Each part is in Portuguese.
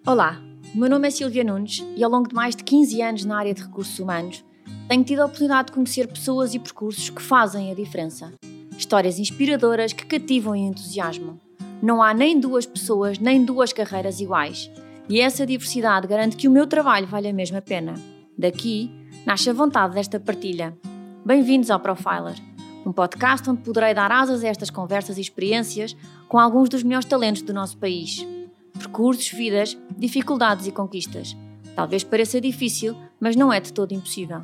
Olá, o meu nome é Silvia Nunes e ao longo de mais de 15 anos na área de recursos humanos tenho tido a oportunidade de conhecer pessoas e percursos que fazem a diferença. Histórias inspiradoras que cativam e entusiasmam. Não há nem duas pessoas nem duas carreiras iguais e essa diversidade garante que o meu trabalho vale a mesma pena. Daqui nasce a vontade desta partilha. Bem-vindos ao Profiler, um podcast onde poderei dar asas a estas conversas e experiências com alguns dos melhores talentos do nosso país. Percursos, vidas, dificuldades e conquistas. Talvez pareça difícil, mas não é de todo impossível.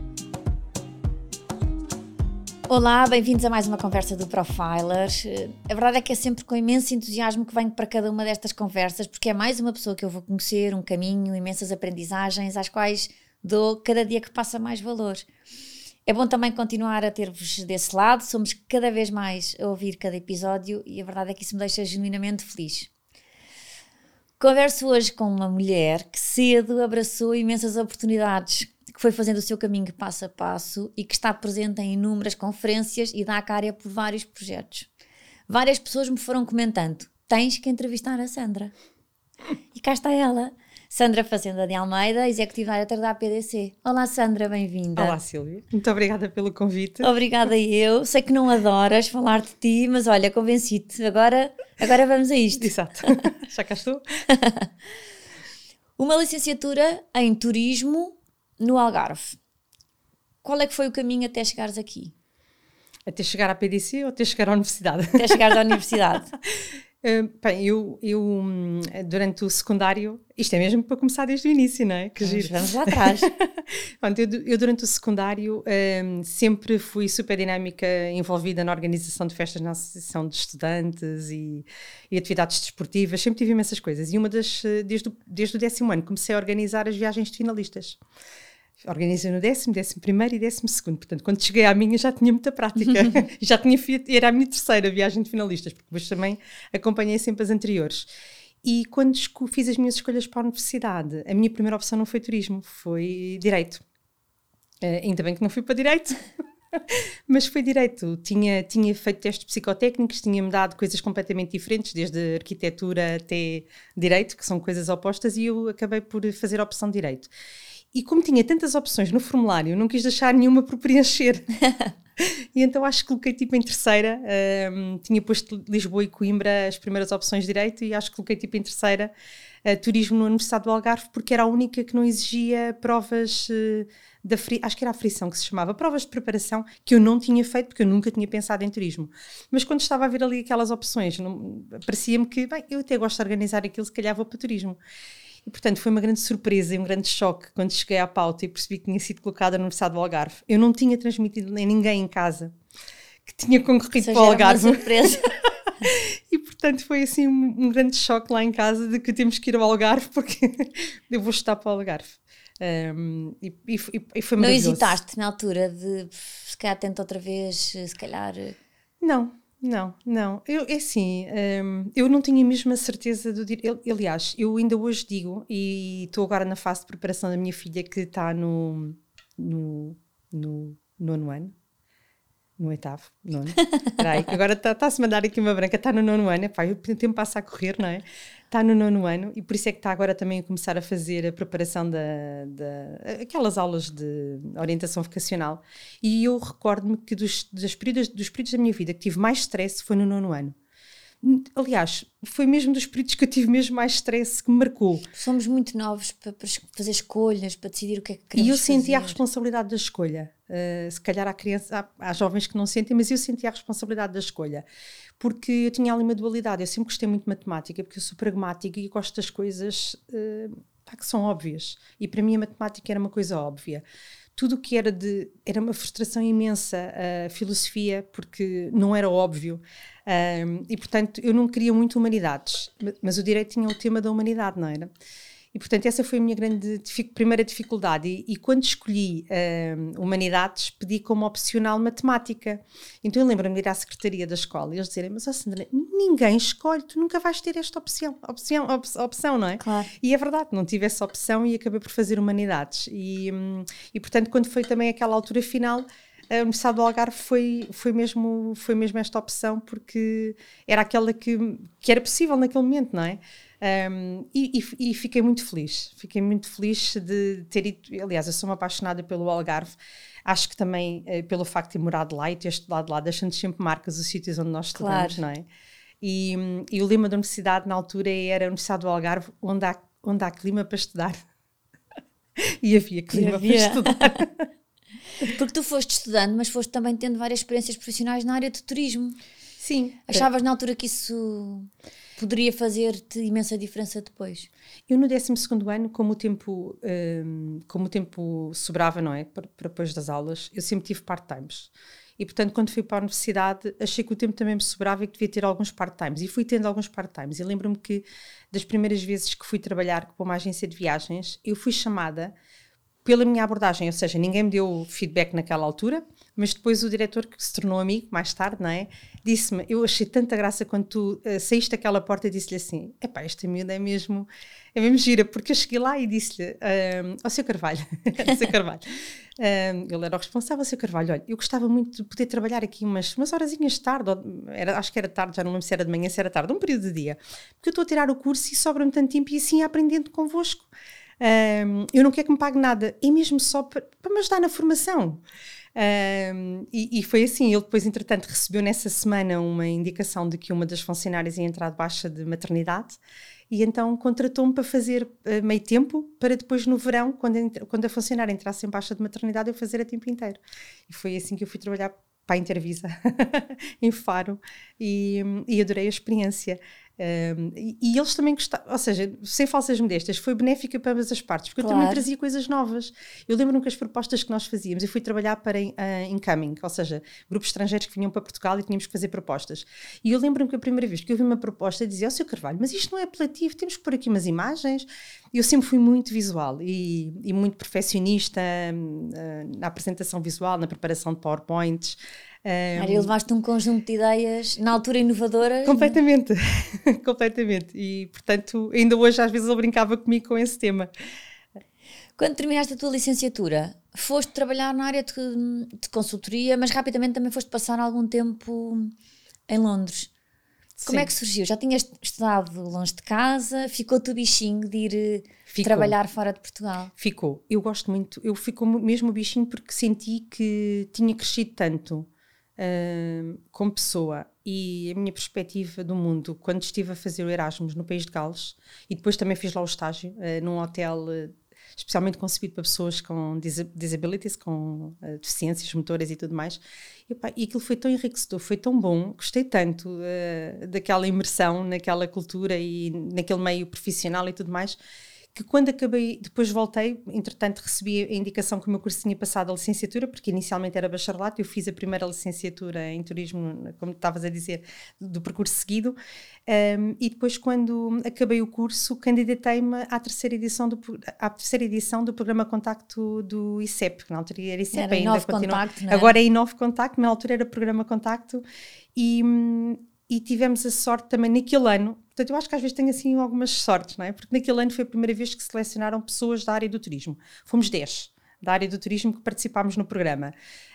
Olá, bem-vindos a mais uma conversa do Profiler. A verdade é que é sempre com imenso entusiasmo que venho para cada uma destas conversas, porque é mais uma pessoa que eu vou conhecer, um caminho, imensas aprendizagens, às quais dou cada dia que passa mais valor. É bom também continuar a ter-vos desse lado, somos cada vez mais a ouvir cada episódio e a verdade é que isso me deixa genuinamente feliz. Converso hoje com uma mulher que cedo abraçou imensas oportunidades, que foi fazendo o seu caminho passo a passo e que está presente em inúmeras conferências e dá a cara por vários projetos. Várias pessoas me foram comentando: tens que entrevistar a Sandra. E cá está ela, Sandra Facenda de Almeida, Executive Director da APDC. Olá Sandra, bem-vinda. Olá Silvia, muito obrigada pelo convite. Obrigada eu, sei que não adoras falar de ti, mas olha, convenci-te, agora vamos a isto. Exato, já cá estou. Uma licenciatura em Turismo no Algarve. Qual é que foi o caminho até chegares aqui? Até chegar à PDC ou até chegar à universidade? Até chegares à universidade. Bem, eu durante o secundário, isto é mesmo para começar desde o início, não é? Que giro. Vamos lá atrás. Pronto, eu durante o secundário sempre fui super dinâmica, envolvida na organização de festas na associação de estudantes e atividades desportivas, sempre tive imensas coisas. E uma desde o 10º ano, comecei a organizar as viagens de finalistas. Organizei no 10º, 11º e 12º. Portanto, quando cheguei à minha já tinha muita prática. Já tinha era a minha terceira viagem de finalistas, porque depois também acompanhei sempre as anteriores. E quando fiz as minhas escolhas para a universidade, a minha primeira opção não foi turismo, foi direito. Ainda bem que não fui para direito, mas foi direito. Tinha feito testes psicotécnicos, tinha-me dado coisas completamente diferentes, desde arquitetura até direito, que são coisas opostas, e eu acabei por fazer a opção de direito. E como tinha tantas opções no formulário, não quis deixar nenhuma por preencher. E então acho que coloquei tipo em terceira. Tinha posto Lisboa e Coimbra as primeiras opções de direito e acho que coloquei tipo em terceira turismo na Universidade do Algarve, porque era a única que não exigia provas acho que era a frição que se chamava, provas de preparação, que eu não tinha feito porque eu nunca tinha pensado em turismo. Mas quando estava a ver ali aquelas opções, parecia-me que, bem, eu até gosto de organizar aquilo, se calhar vou para turismo. E, portanto, foi uma grande surpresa e um grande choque quando cheguei à pauta e percebi que tinha sido colocada na Universidade do Algarve. Eu não tinha transmitido a ninguém em casa que tinha concorrido para o Algarve. Uma surpresa. E, portanto, foi assim um grande choque lá em casa de que temos que ir ao Algarve porque eu vou estudar para o Algarve. E foi maravilhoso. Não hesitaste na altura de se calhar tenta outra vez, se calhar... Não. Eu não tinha mesmo a certeza do direito. Aliás, eu ainda hoje digo, e estou agora na fase de preparação da minha filha que está no 9º ano. No 8º, nono. Espera aí, que agora está-se a mandar aqui uma branca, está no 9º ano. Epá, o tempo passa a correr, não é? Está no 9º ano e por isso é que está agora também a começar a fazer a preparação aquelas aulas de orientação vocacional. E eu recordo-me que dos períodos da minha vida que tive mais stress foi no 9º ano. Aliás, foi mesmo dos períodos que eu tive mesmo mais stress que me marcou. Somos muito novos para fazer escolhas, para decidir o que é que queremos fazer. E eu senti fazer. a responsabilidade da escolha. Se calhar há jovens que não sentem, mas eu senti a responsabilidade da escolha. Porque eu tinha ali uma dualidade. Eu sempre gostei muito de matemática, porque eu sou pragmática e gosto das coisas que são óbvias. E para mim a matemática era uma coisa óbvia. Tudo o que era uma frustração imensa, a filosofia, porque não era óbvio. E, portanto, eu não queria muito humanidades, mas o direito tinha o tema da humanidade, não era? E, portanto, essa foi a minha primeira dificuldade. E quando escolhi humanidades, pedi como opcional matemática. Então, eu lembro-me de ir à secretaria da escola e eles dizerem: mas, Sandra, ninguém escolhe, tu nunca vais ter esta opção, não é? Claro. E é verdade, não tive essa opção e acabei por fazer humanidades. E portanto, quando foi também aquela altura final, a Universidade do Algarve foi mesmo esta opção, porque era aquela que era possível naquele momento, não é? E fiquei muito feliz de ter ido. Aliás, eu sou uma apaixonada pelo Algarve, acho que também pelo facto de ter morado lá e ter estudado lá, deixando sempre marcas os sítios onde nós estudamos, claro. não é? E o lema da universidade na altura era a Universidade do Algarve, onde há clima para estudar. E havia clima para estudar. Porque tu foste estudando, mas foste também tendo várias experiências profissionais na área do turismo. Sim. Achavas na altura que isso poderia fazer-te imensa diferença depois? Eu no 12º ano, como o tempo sobrava, não é, para depois das aulas, eu sempre tive part-times. E, portanto, quando fui para a universidade, achei que o tempo também me sobrava e que devia ter alguns part-times. E fui tendo alguns part-times. E lembro-me que das primeiras vezes que fui trabalhar com uma agência de viagens, eu fui chamada pela minha abordagem, ou seja, ninguém me deu feedback naquela altura, mas depois o diretor, que se tornou amigo mais tarde, não é, disse-me, eu achei tanta graça quando tu saíste daquela porta e disse-lhe assim, epá, esta miúda é mesmo gira, porque eu cheguei lá e disse-lhe, ao Sr. Carvalho, ele era o responsável, Sr. Carvalho, olha, eu gostava muito de poder trabalhar aqui umas horazinhas de tarde, acho que era tarde, já não lembro se era de manhã, se era tarde, um período de dia, porque eu estou a tirar o curso e sobra-me tanto tempo e assim aprendendo convosco. Eu não quero que me pague nada, é mesmo só para me ajudar na formação. E foi assim, ele depois entretanto recebeu nessa semana uma indicação de que uma das funcionárias ia entrar de baixa de maternidade e então contratou-me para fazer meio tempo, para depois no verão, quando a funcionária entrasse em baixa de maternidade, eu fazer a tempo inteiro. E foi assim que eu fui trabalhar para a Intervisa em Faro e adorei a experiência. E eles também gostaram, ou seja, sem falsas modéstias, foi benéfica para ambas as partes, porque claro. Eu também trazia coisas novas. Eu lembro-me que as propostas que nós fazíamos, eu fui trabalhar para incoming, ou seja, grupos estrangeiros que vinham para Portugal e tínhamos que fazer propostas. E eu lembro-me que a primeira vez que eu vi uma proposta dizia, Sr. Carvalho, mas isto não é apelativo, temos que pôr aqui umas imagens. Eu sempre fui muito visual e muito perfeccionista na apresentação visual, na preparação de PowerPoints. E levaste um conjunto de ideias, na altura inovadoras. Completamente, completamente. E, portanto, ainda hoje às vezes ele brincava comigo com esse tema. Quando terminaste a tua licenciatura, foste trabalhar na área de consultoria, mas rapidamente também foste passar algum tempo em Londres. Sim. Como é que surgiu? Já tinhas estudado longe de casa? Ficou-te o bichinho de ir trabalhar fora de Portugal? Ficou. Eu gosto muito. Eu ficou mesmo o bichinho porque senti que tinha crescido tanto como pessoa e a minha perspectiva do mundo quando estive a fazer o Erasmus no país de Gales e depois também fiz lá o estágio num hotel especialmente concebido para pessoas com disabilities, com deficiências motoras e tudo mais e aquilo foi tão enriquecedor, foi tão bom, gostei tanto daquela imersão naquela cultura e naquele meio profissional e tudo mais, que quando acabei, depois voltei, entretanto recebi a indicação que o meu curso tinha passado a licenciatura, porque inicialmente era bacharelato, eu fiz a primeira licenciatura em turismo, como estavas a dizer, do percurso seguido, e depois quando acabei o curso, candidatei-me à terceira edição do programa Contacto do ICEP, que na altura era ICEP era ainda, Contacto, não é? Agora é Inove Contacto, na altura era programa Contacto, e tivemos a sorte também naquele ano, portanto eu acho que às vezes tenho assim algumas sortes, não é? Porque naquele ano foi a primeira vez que selecionaram pessoas da área do turismo. Fomos 10 da área do turismo que participámos no programa.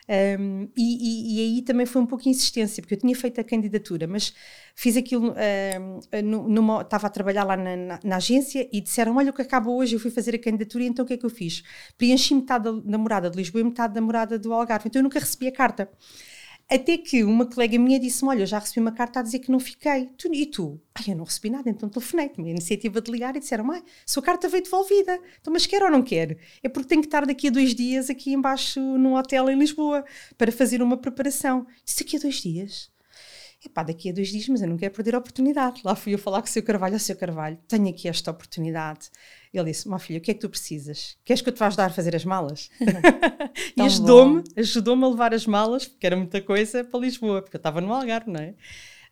E aí também foi um pouco insistência, porque eu tinha feito a candidatura, mas fiz aquilo, estava a trabalhar lá na agência e disseram, olha o que acaba hoje, eu fui fazer a candidatura e então o que é que eu fiz? Preenchi metade da morada de Lisboa e metade da morada do Algarve, então eu nunca recebi a carta. Até que uma colega minha disse-me, olha, eu já recebi uma carta a dizer que não fiquei. E tu? Ai, eu não recebi nada, então telefonei, tomei a iniciativa de ligar e disseram, sua carta veio devolvida. Então, mas quer ou não quer? É porque tenho que estar daqui a 2 dias aqui embaixo num hotel em Lisboa para fazer uma preparação. Disse, daqui a 2 dias? Epá, daqui a 2 dias, mas eu não quero perder a oportunidade. Lá fui eu falar com o Sr. Carvalho, Sr. Carvalho, tenho aqui esta oportunidade. Ele disse, minha filha, o que é que tu precisas? Queres que eu te vá ajudar a fazer as malas? E ajudou-me a levar as malas, porque era muita coisa, para Lisboa, porque eu estava no Algarve, não é?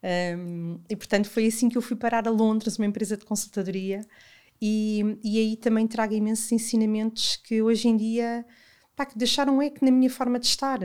E portanto foi assim que eu fui parar a Londres, uma empresa de consultadoria, e aí também trago imensos ensinamentos que hoje em dia, que deixaram um eco na minha forma de estar.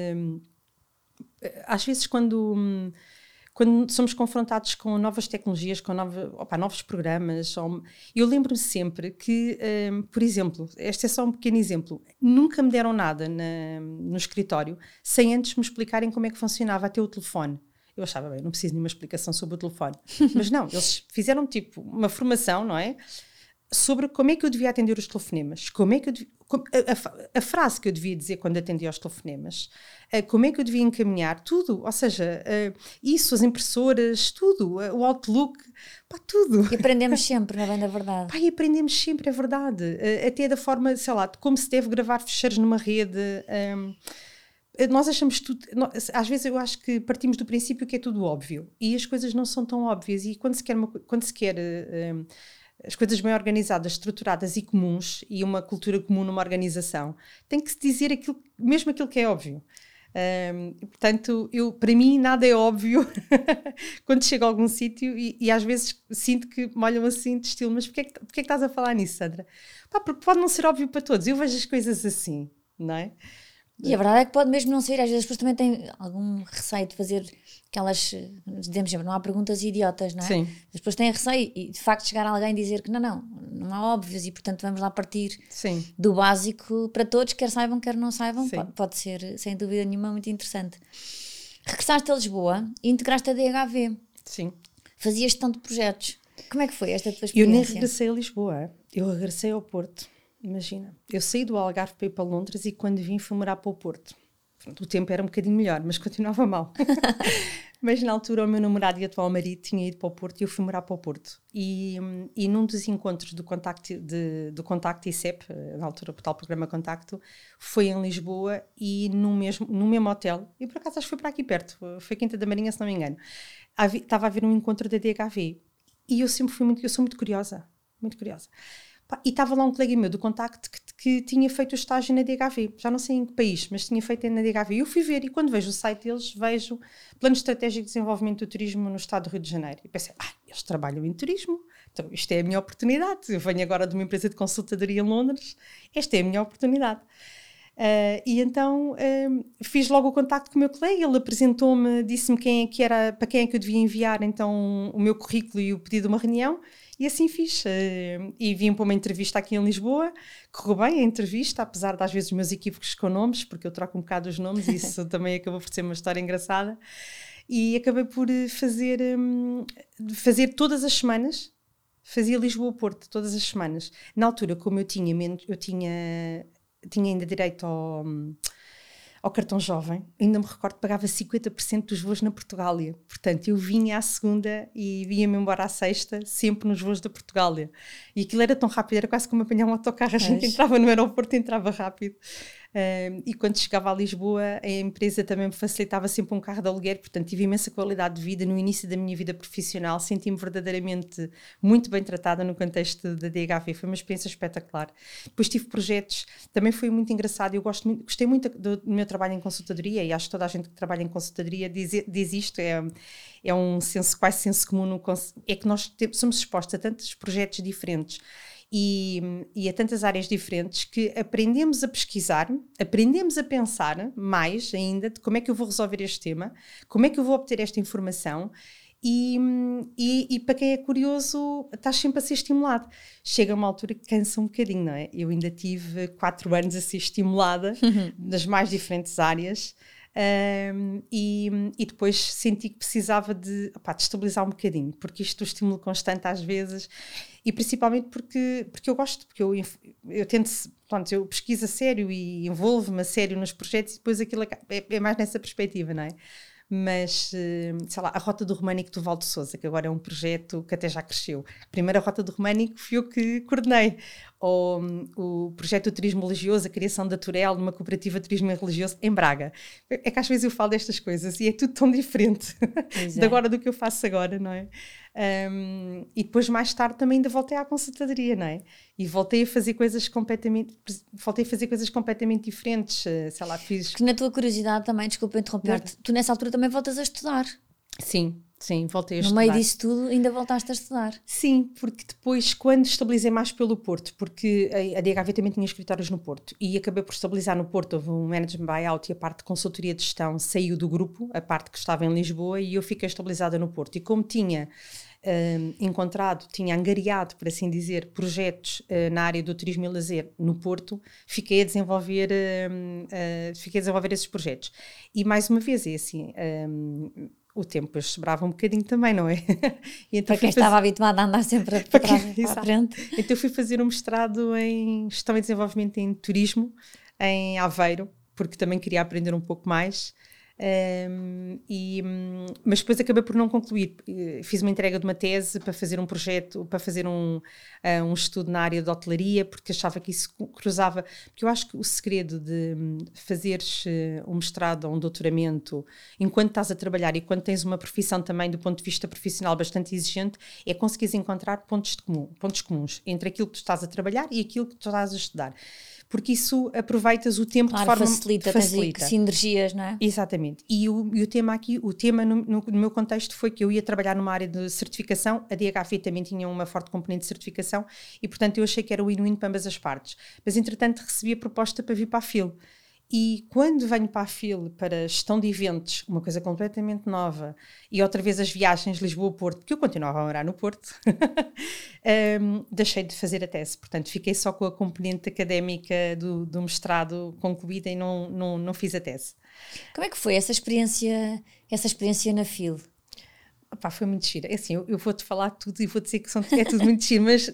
Às vezes quando somos confrontados com novas tecnologias, com novos programas, eu lembro-me sempre que, por exemplo, este é só um pequeno exemplo, nunca me deram nada no escritório sem antes me explicarem como é que funcionava até o telefone. Eu achava, bem, não preciso de nenhuma explicação sobre o telefone. Mas não, eles fizeram tipo uma formação, não é? Sobre como é que eu devia atender os telefonemas, como é que eu a frase que eu devia dizer quando atendia aos telefonemas, como é que eu devia encaminhar, tudo, ou seja, isso, as impressoras, tudo, o Outlook, pá, tudo. E aprendemos sempre, não é bem da verdade. Pá, e aprendemos sempre, é verdade, até da forma, sei lá, de como se deve gravar fecheiros numa rede. Nós achamos tudo, às vezes eu acho que partimos do princípio que é tudo óbvio, e as coisas não são tão óbvias, e quando se quer as coisas bem organizadas, estruturadas e comuns, e uma cultura comum numa organização, tem que se dizer mesmo aquilo que é óbvio. Portanto, para mim nada é óbvio quando chego a algum sítio, e às vezes sinto que me olham assim de estilo, mas porquê que estás a falar nisso, Sandra? Pá, porque pode não ser óbvio para todos, eu vejo as coisas assim, não é? E a verdade é que pode mesmo não sair, às vezes as pessoas também têm algum receio de fazer aquelas, dizemos sempre, não há perguntas idiotas, não é? Sim. As pessoas têm receio e de facto chegar alguém e dizer que não há óbvios, e portanto vamos lá partir Sim. do básico para todos, quer saibam, quer não saibam, Sim. pode ser sem dúvida nenhuma muito interessante. Regressaste a Lisboa e integraste a DHV. Sim. Fazias gestão de projetos. Como é que foi esta tua Eu experiência? nem regressei a Lisboa, eu regressei ao Porto. Imagina, eu saí do Algarve para ir para Londres e quando vim fui morar para o Porto. O tempo era um bocadinho melhor, mas continuava mal. Mas na altura o meu namorado e atual marido tinha ido para o Porto e eu fui morar para o Porto. E num dos encontros do Contacto ICEP, na altura o tal programa Contacto, foi em Lisboa e no mesmo hotel, e por acaso acho que foi para aqui perto, foi Quinta da Marinha se não me engano, estava a haver um encontro da DHV e eu sou muito curiosa, muito curiosa. E estava lá um colega meu do Contacto que tinha feito o estágio na DHV, já não sei em que país, mas tinha feito na DHV. E eu fui ver, e quando vejo o site deles, vejo Plano Estratégico de Desenvolvimento do Turismo no estado do Rio de Janeiro. E pensei, eles trabalham em turismo, então isto é a minha oportunidade. Eu venho agora de uma empresa de consultadoria em Londres, esta é a minha oportunidade. E então fiz logo o contacto com o meu colega, ele apresentou-me, disse-me para quem é que eu devia enviar então o meu currículo e o pedido de uma reunião. E assim fiz, e vim para uma entrevista aqui em Lisboa, correu bem a entrevista, apesar de às vezes os meus equívocos com nomes, porque eu troco um bocado os nomes e isso também acabou por ser uma história engraçada, e acabei por fazer todas as semanas, fazia Lisboa-Porto todas as semanas. Na altura, como eu tinha ainda direito ao cartão jovem, ainda me recordo que pagava 50% dos voos na Portugália. Portanto, eu vinha à segunda e ia-me embora à sexta, sempre nos voos da Portugália. E aquilo era tão rápido, era quase como apanhar um autocarro. A gente entrava no aeroporto e entrava rápido. E quando chegava a Lisboa, a empresa também me facilitava sempre um carro de aluguer, portanto tive imensa qualidade de vida no início da minha vida profissional, senti-me verdadeiramente muito bem tratada no contexto da DHV, foi uma experiência espetacular. Depois tive projetos, também foi muito engraçado, eu gostei muito do meu trabalho em consultadoria, e acho que toda a gente que trabalha em consultadoria diz isto, é um senso, quase senso comum, é que nós somos expostos a tantos projetos diferentes, e a tantas áreas diferentes que aprendemos a pesquisar, aprendemos a pensar mais ainda de como é que eu vou resolver este tema, como é que eu vou obter esta informação e para quem é curioso estás sempre a ser estimulado. Chega uma altura que cansa um bocadinho, não é? Eu ainda tive 4 anos a ser estimulada nas mais diferentes áreas. E depois senti que precisava de estabilizar um bocadinho, porque isto o estímulo constante às vezes, e principalmente porque eu gosto, porque eu tento, pronto, eu pesquiso a sério e envolvo-me a sério nos projetos e depois aquilo é mais nessa perspectiva, não é? Mas, sei lá, a Rota do Românico do Val de Sousa, que agora é um projeto que até já cresceu. A primeira Rota do Românico fui eu que coordenei. Ou o projeto do turismo religioso, a criação da Turel, numa cooperativa de turismo religioso em Braga. É que às vezes eu falo destas coisas e é tudo tão diferente de agora do que eu faço agora, não é? E depois mais tarde também ainda voltei à consultadoria, não é? E voltei a fazer coisas completamente diferentes, sei lá, fiz... Que na tua curiosidade também, desculpa interromper-te, tu nessa altura também voltas a estudar. Sim, voltei a estudar. No meio disso tudo ainda voltaste a estudar. Sim, porque depois quando estabilizei mais pelo Porto, porque a DHV também tinha escritórios no Porto e acabei por estabilizar no Porto, houve um management buyout e a parte de consultoria de gestão saiu do grupo, a parte que estava em Lisboa, e eu fiquei estabilizada no Porto. E como tinha tinha angariado, por assim dizer, projetos na área do turismo e lazer no Porto, fiquei a desenvolver esses projetos. E mais uma vez, é assim... o tempo depois sobrava um bocadinho também, não é? E então para quem estava habituado a andar sempre para trás e para a frente. Então fui fazer um mestrado em Gestão e Desenvolvimento em Turismo, em Aveiro, porque também queria aprender um pouco mais. Mas depois acabei por não concluir. Fiz uma entrega de uma tese para fazer um projeto, para fazer um estudo na área de hotelaria, porque achava que isso cruzava, porque eu acho que o segredo de fazeres um mestrado ou um doutoramento enquanto estás a trabalhar e quando tens uma profissão também do ponto de vista profissional bastante exigente, é conseguires encontrar pontos comuns entre aquilo que tu estás a trabalhar e aquilo que tu estás a estudar, porque isso aproveitas o tempo, claro, de forma facilita. Tens sinergias, não é? Exatamente. E o tema aqui, o tema no meu contexto foi que eu ia trabalhar numa área de certificação, a DHV também tinha uma forte componente de certificação e, portanto, eu achei que era win-win para ambas as partes. Mas, entretanto, recebi a proposta para vir para a FIL. E quando venho para a FIL para gestão de eventos, uma coisa completamente nova, e outra vez as viagens Lisboa-Porto, porque eu continuava a morar no Porto, deixei de fazer a tese. Portanto, fiquei só com a componente académica do mestrado concluída e não fiz a tese. Como é que foi essa experiência na FIL? Opá, foi muito giro. É assim, eu vou-te falar tudo e vou dizer que é tudo muito giro, mas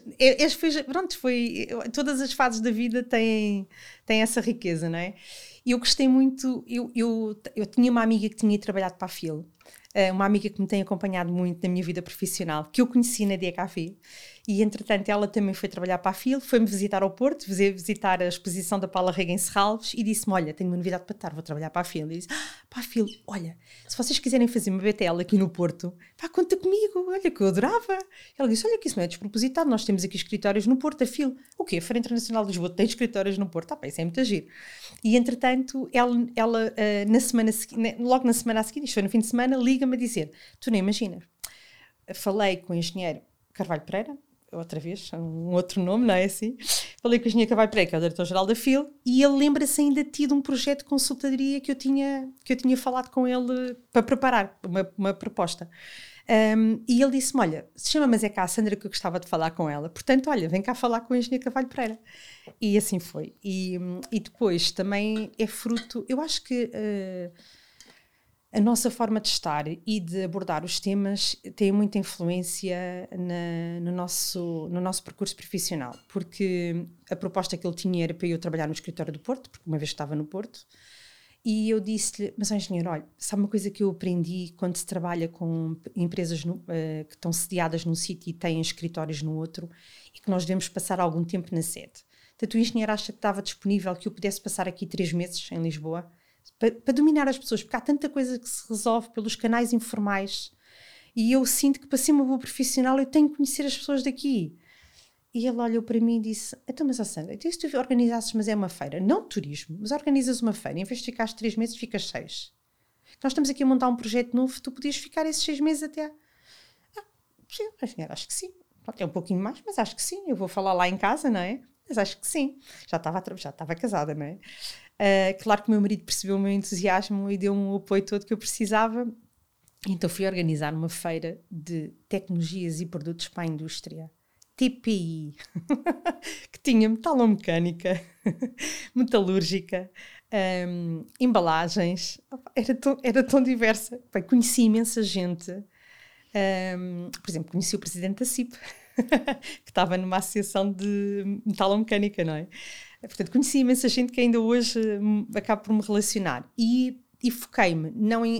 todas as fases da vida têm essa riqueza, não é? E eu gostei muito, eu tinha uma amiga que tinha trabalhado para a FIL, uma amiga que me tem acompanhado muito na minha vida profissional, que eu conheci na DHV, e entretanto ela também foi trabalhar para a FIL, foi-me visitar ao Porto, visitar a exposição da Paula Rega em Serralves, e disse-me, olha, tenho uma novidade para te dar, vou trabalhar para a FIL. E disse, para a FIL, olha, se vocês quiserem fazer uma BTL aqui no Porto, pá, conta comigo, olha, que eu adorava. Ela disse, olha, que isso não é despropositado, nós temos aqui escritórios no Porto, a FIL. O quê? A Feira Internacional de Lisboa tem escritórios no Porto? Ah, pá, isso é muito giro. E entretanto, ela logo na semana a seguir, isto foi no fim de semana, liga-me a dizer, tu nem imaginas, falei com o engenheiro Carvalho Pereira, outra vez, um outro nome, não é assim? Falei com o engenheiro Carvalho Pereira, que é o diretor-geral da FIL, e ele lembra-se ainda de tido um projeto de consultadoria que eu tinha falado com ele para preparar uma proposta. E ele disse-me, olha, se chama, mas é cá a Sandra que eu gostava de falar com ela, portanto, olha, vem cá falar com o engenheiro Carvalho Pereira. E assim foi. E depois também é fruto, eu acho que a nossa forma de estar e de abordar os temas tem muita influência no nosso percurso profissional, porque a proposta que ele tinha era para eu trabalhar no escritório do Porto, porque uma vez estava no Porto, e eu disse-lhe, mas engenheiro, olha, sabe uma coisa que eu aprendi quando se trabalha com empresas que estão sediadas num sítio e têm escritórios no outro, e que nós devemos passar algum tempo na sede. Portanto, o engenheiro acha que estava disponível que eu pudesse passar aqui 3 meses em Lisboa, para dominar as pessoas, porque há tanta coisa que se resolve pelos canais informais e eu sinto que para ser uma boa profissional eu tenho que conhecer as pessoas daqui. E ele olhou para mim e disse, então mas Sandra, então se tu organizasses, mas é uma feira, não de turismo, mas organizas uma feira, em vez de ficares 3 meses ficas 6. Nós estamos aqui a montar um projeto novo, tu podias ficar esses 6 meses até acho que sim, é um pouquinho mais, mas acho que sim, eu vou falar lá em casa, não é? Mas acho que sim, já estava casada, não é? Claro que o meu marido percebeu o meu entusiasmo e deu-me o apoio todo que eu precisava. Então fui organizar uma feira de tecnologias e produtos para a indústria, TPI, que tinha metalomecânica, metalúrgica, embalagens, era tão diversa. Bem, conheci imensa gente, por exemplo, conheci o presidente da CIP, que estava numa associação de metalomecânica, não é? Portanto, conheci imensa gente que ainda hoje acabo por me relacionar. E foquei-me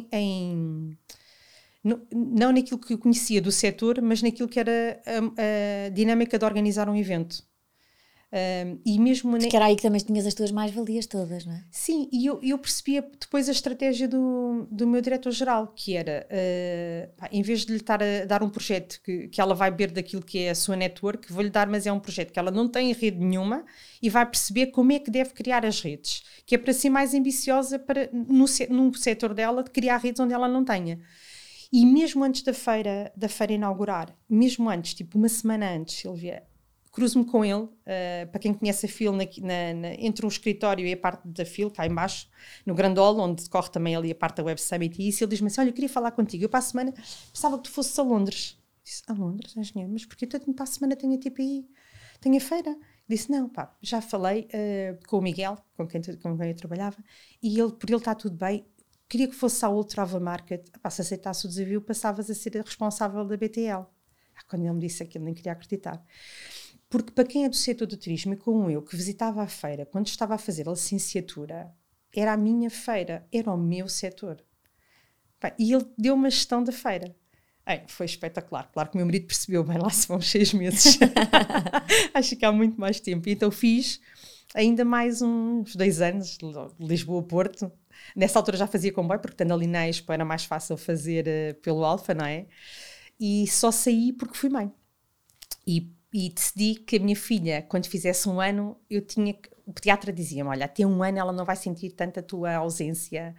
não naquilo que eu conhecia do setor, mas naquilo que era a dinâmica de organizar um evento. E mesmo porque era aí que também tinhas as tuas mais-valias todas, não é? Sim, e eu percebia depois a estratégia do meu diretor-geral, que era, em vez de lhe estar a dar um projeto que ela vai beber daquilo que é a sua network, vou-lhe dar, mas é um projeto que ela não tem rede nenhuma e vai perceber como é que deve criar as redes, que é para ser mais ambiciosa no setor dela, de criar redes onde ela não tenha. E mesmo antes da feira inaugurar, mesmo antes, tipo uma semana antes, Silvia, cruzo-me com ele, para quem conhece a FIL, entre o escritório e a parte da FIL, cá em baixo, no Grandolo, onde decorre também ali a parte da Web Summit, e isso, ele diz-me assim, olha, eu queria falar contigo, eu para a semana pensava que tu fosses a Londres. Eu disse, a Londres, engenheiro, mas porque eu para a semana tenho a TPI, tenho a feira. Disse, não, pá, já falei com o Miguel, com quem eu trabalhava, e por ele está tudo bem, queria que fosse à Ultra Market. Se aceitasse o desafio, passavas a ser a responsável da BTL. Quando ele me disse aquilo, nem queria acreditar. Porque para quem é do setor do turismo, e como eu, que visitava a feira, quando estava a fazer a licenciatura, era a minha feira, era o meu setor. E ele deu uma gestão da feira. Foi espetacular. Claro que o meu marido percebeu, bem, lá se vão 6 meses. Acho que há muito mais tempo. Então fiz ainda mais uns 2 anos, Lisboa-Porto. Nessa altura já fazia comboio, porque estando ali na Expo era mais fácil fazer pelo Alfa, não é? E só saí porque fui mãe. E decidi que a minha filha, quando fizesse 1 ano, o pediatra dizia-me, olha, até 1 ano ela não vai sentir tanto a tua ausência,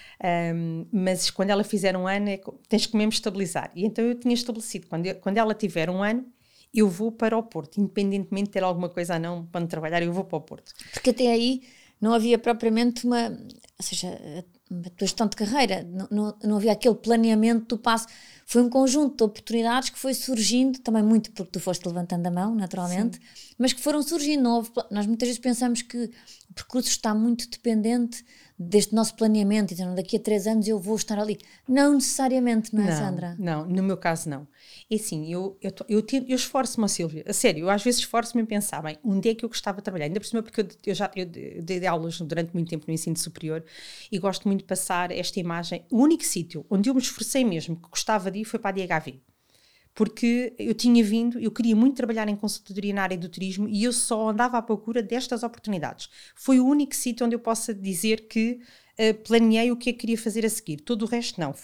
mas quando ela fizer 1 ano tens que mesmo estabilizar. E então eu tinha estabelecido, quando ela tiver 1 ano, eu vou para o Porto, independentemente de ter alguma coisa ou não para trabalhar, eu vou para o Porto. Porque até aí não havia propriamente uma tua gestão de carreira, não havia aquele planeamento do passo. Foi um conjunto de oportunidades que foi surgindo, também muito porque tu foste levantando a mão, naturalmente, sim, mas que foram surgindo. Nós muitas vezes pensamos que o percurso está muito dependente deste nosso planeamento, então daqui a 3 anos eu vou estar ali. Não necessariamente, não é, Sandra? Não, no meu caso não. É assim, eu esforço-me, Sílvia, a sério, eu às vezes esforço-me em pensar, bem, onde é que eu gostava de trabalhar? Ainda por cima porque eu dei aulas durante muito tempo no ensino superior e gosto muito de passar esta imagem. O único sítio onde eu me esforcei mesmo, que gostava de ir, foi para a DHV. Porque eu queria muito trabalhar em consultoria na área do turismo e eu só andava à procura destas oportunidades. Foi o único sítio onde eu possa dizer que planeei o que é que queria fazer a seguir. Todo o resto não.